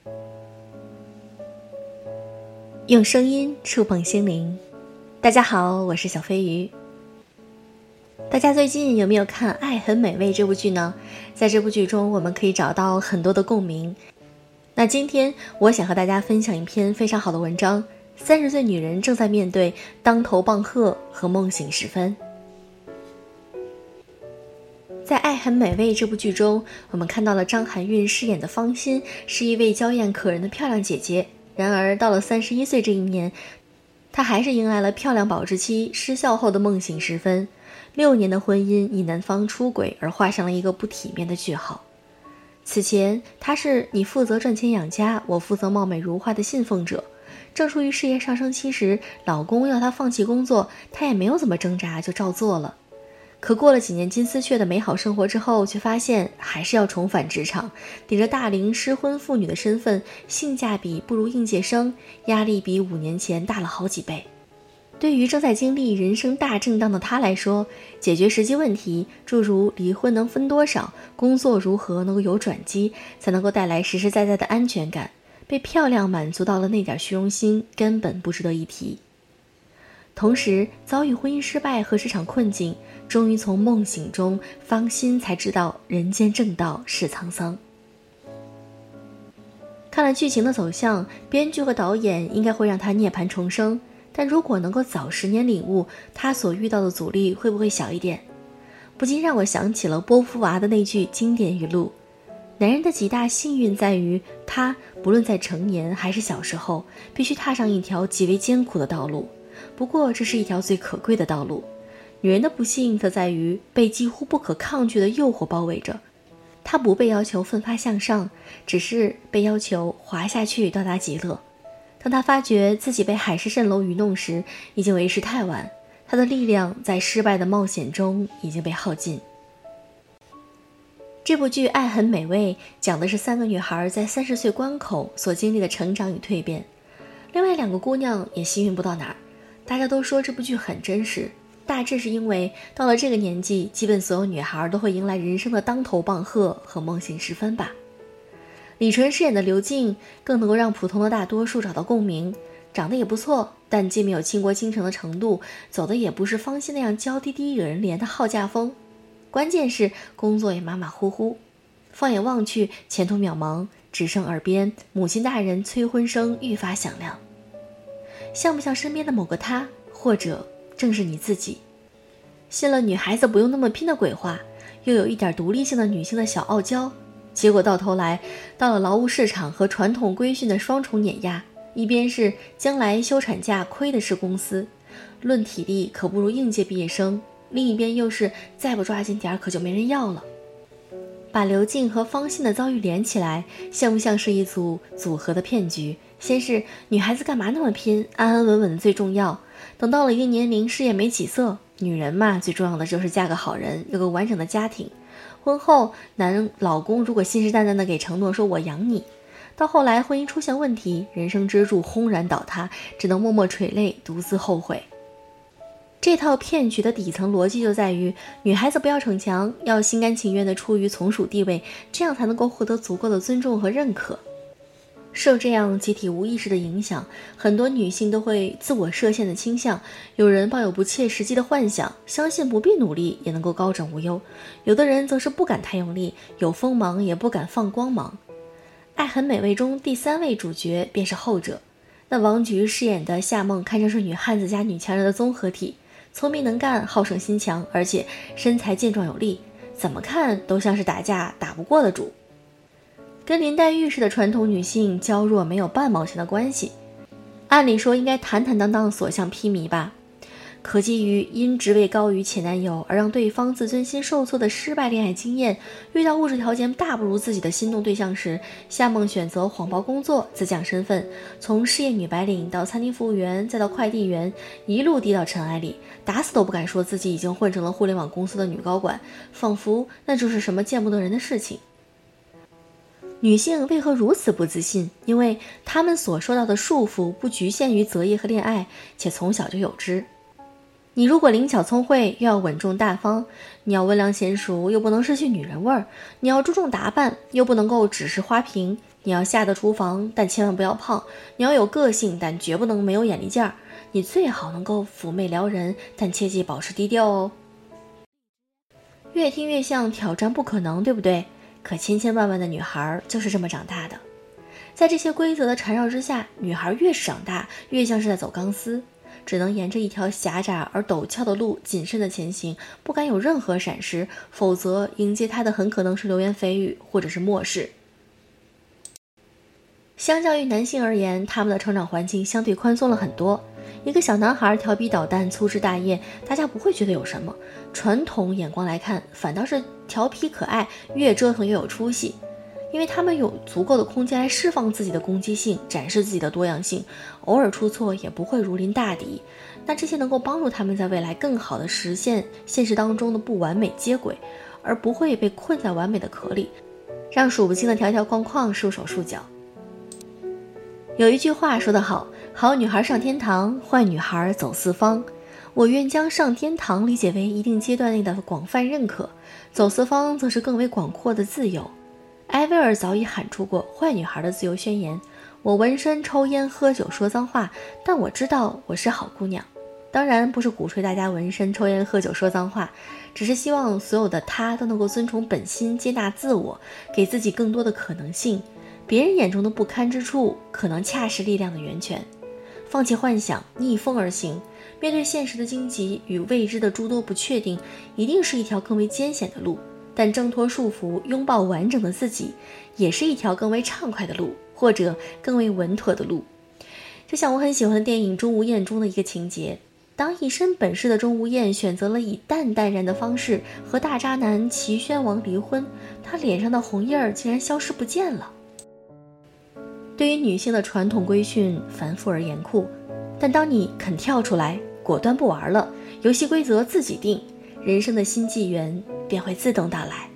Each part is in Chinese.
用声音触碰心灵。大家好，我是小飞鱼。大家最近有没有看《爱很美味》这部剧呢？在这部剧中，我们可以找到很多的共鸣。那今天我想和大家分享一篇非常好的文章，30岁女人正在面对当头棒喝和梦醒时分。在《爱很美味》这部剧中，我们看到了张含韵饰演的方心是一位娇艳可人的漂亮姐姐，然而到了31岁这一年，她还是迎来了漂亮保质期失效后的梦醒时分。6年的婚姻以男方出轨而画上了一个不体面的句号。此前，她是你负责赚钱养家，我负责貌美如花的信奉者。正处于事业上升期时，老公要她放弃工作，她也没有怎么挣扎，就照做了。可过了几年金丝雀的美好生活之后，却发现还是要重返职场，顶着大龄失婚妇女的身份，性价比不如应届生，压力比5年前大了好几倍。对于正在经历人生大震荡的她来说，解决实际问题，诸如离婚能分多少，工作如何能够有转机，才能够带来实实在在的安全感，被漂亮满足到了那点虚荣心，根本不值得一提。同时，遭遇婚姻失败和职场困境，终于从梦醒中，方心才知道人间正道是沧桑。看了剧情的走向，编剧和导演应该会让他涅槃重生，但如果能够早10年领悟，他所遇到的阻力会不会小一点？不禁让我想起了波伏娃的那句经典语录：男人的极大幸运在于，他不论在成年还是小时候，必须踏上一条极为艰苦的道路。不过这是一条最可贵的道路。女人的不幸则在于被几乎不可抗拒的诱惑包围着，她不被要求奋发向上，只是被要求滑下去到达极乐。当她发觉自己被海市蜃楼愚弄时，已经为时太晚，她的力量在失败的冒险中已经被耗尽。这部剧《爱很美味》讲的是3个女孩在30岁关口所经历的成长与蜕变。另外2个姑娘也幸运不到哪儿。大家都说这部剧很真实，大致是因为到了这个年纪，基本所有女孩都会迎来人生的当头棒喝和梦醒时分吧。李纯饰演的刘静更能够让普通的大多数找到共鸣，长得也不错，但既没有倾国倾城的程度，走的也不是方心那样娇滴滴惹人怜的好嫁风，关键是工作也马马虎虎，放眼望去前途渺茫，只剩耳边母亲大人催婚声愈发响亮。像不像身边的某个他，或者正是你自己？信了女孩子不用那么拼的鬼话，又有一点独立性的女性的小傲娇，结果到头来，到了劳务市场和传统规训的双重碾压，一边是将来休产假亏的是公司，论体力可不如应届毕业生，另一边又是再不抓紧点可就没人要了。把刘静和方心的遭遇连起来，像不像是一组组合的骗局？先是女孩子干嘛那么拼，安安稳稳的最重要，等到了一个年龄，事业没起色，女人嘛，最重要的就是嫁个好人，有个完整的家庭。婚后老公如果信誓旦旦的给承诺说我养你，到后来婚姻出现问题，人生支柱轰然倒塌，只能默默垂泪，独自后悔。这套骗局的底层逻辑就在于，女孩子不要逞强，要心甘情愿地处于从属地位，这样才能够获得足够的尊重和认可。受这样集体无意识的影响，很多女性都会自我设限的倾向，有人抱有不切实际的幻想，相信不必努力也能够高枕无忧，有的人则是不敢太用力，有锋芒也不敢放光芒。爱很美味中第3位主角便是后者。那王菊饰演的夏梦堪称是女汉子加女强人的综合体，聪明能干，好胜心强，而且身材健壮有力，怎么看都像是打架打不过的主。跟林黛玉式的传统女性娇弱没有半毛钱的关系，按理说应该坦坦荡荡所向披靡吧，可基于因职位高于前男友而让对方自尊心受挫的失败恋爱经验，遇到物质条件大不如自己的心动对象时，夏梦选择谎报工作，自降身份，从事业女白领到餐厅服务员，再到快递员，一路低到尘埃里，打死都不敢说自己已经混成了互联网公司的女高管，仿佛那就是什么见不得人的事情。女性为何如此不自信？因为她们所受到的束缚不局限于择业和恋爱，且从小就有之。 你如果灵巧聪慧，又要稳重大方；你要温良贤淑，又不能失去女人味儿；你要注重打扮，又不能够只是花瓶；你要下得厨房，但千万不要胖；你要有个性，但绝不能没有眼力劲儿；你最好能够妩媚撩人，但切记保持低调哦。越听越像挑战不可能，对不对？可千千万万的女孩就是这么长大的。在这些规则的缠绕之下，女孩越是长大，越像是在走钢丝，只能沿着一条狭窄而陡峭的路谨慎地前行，不敢有任何闪失，否则迎接她的很可能是流言蜚语或者是漠视。相较于男性而言，他们的成长环境相对宽松了很多。一个小男孩调皮捣蛋、粗枝大叶，大家不会觉得有什么。传统眼光来看，反倒是调皮可爱，越折腾越有出息。因为他们有足够的空间来释放自己的攻击性，展示自己的多样性，偶尔出错也不会如临大敌。那这些能够帮助他们在未来更好地实现现实当中的不完美接轨，而不会被困在完美的壳里，让数不清的条条框框束手束脚。有一句话说得好，好女孩上天堂，坏女孩走四方。我愿将上天堂理解为一定阶段内的广泛认可，走四方则是更为广阔的自由。埃薇儿早已喊出过坏女孩的自由宣言，我纹身、抽烟、喝酒、说脏话，但我知道我是好姑娘。当然不是鼓吹大家纹身、抽烟、喝酒、说脏话，只是希望所有的她都能够遵从本心，接纳自我，给自己更多的可能性。别人眼中的不堪之处，可能恰是力量的源泉。放弃幻想，逆风而行，面对现实的荆棘与未知的诸多不确定，一定是一条更为艰险的路，但挣脱束缚，拥抱完整的自己，也是一条更为畅快的路，或者更为稳妥的路。就像我很喜欢的电影《钟无艳》中的一个情节，当一身本事的钟无艳选择了以淡淡然的方式和大渣男齐宣王离婚，她脸上的红印儿竟然消失不见了。对于女性的传统规训繁复而严酷，但当你肯跳出来，果断不玩了，游戏规则自己定，人生的新纪元便会自动到来。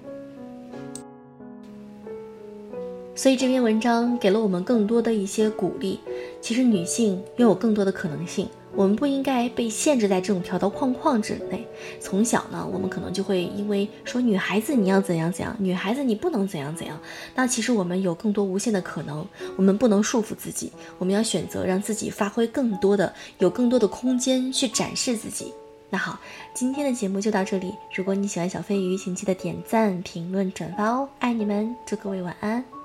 所以这篇文章给了我们更多的一些鼓励，其实女性拥有更多的可能性，我们不应该被限制在这种条条框框之内。从小呢，我们可能就会因为说女孩子你要怎样怎样，女孩子你不能怎样怎样，那其实我们有更多无限的可能，我们不能束缚自己，我们要选择让自己发挥更多的，有更多的空间去展示自己。那好，今天的节目就到这里，如果你喜欢小飞鱼，请记得点赞、评论、转发哦，爱你们，祝各位晚安。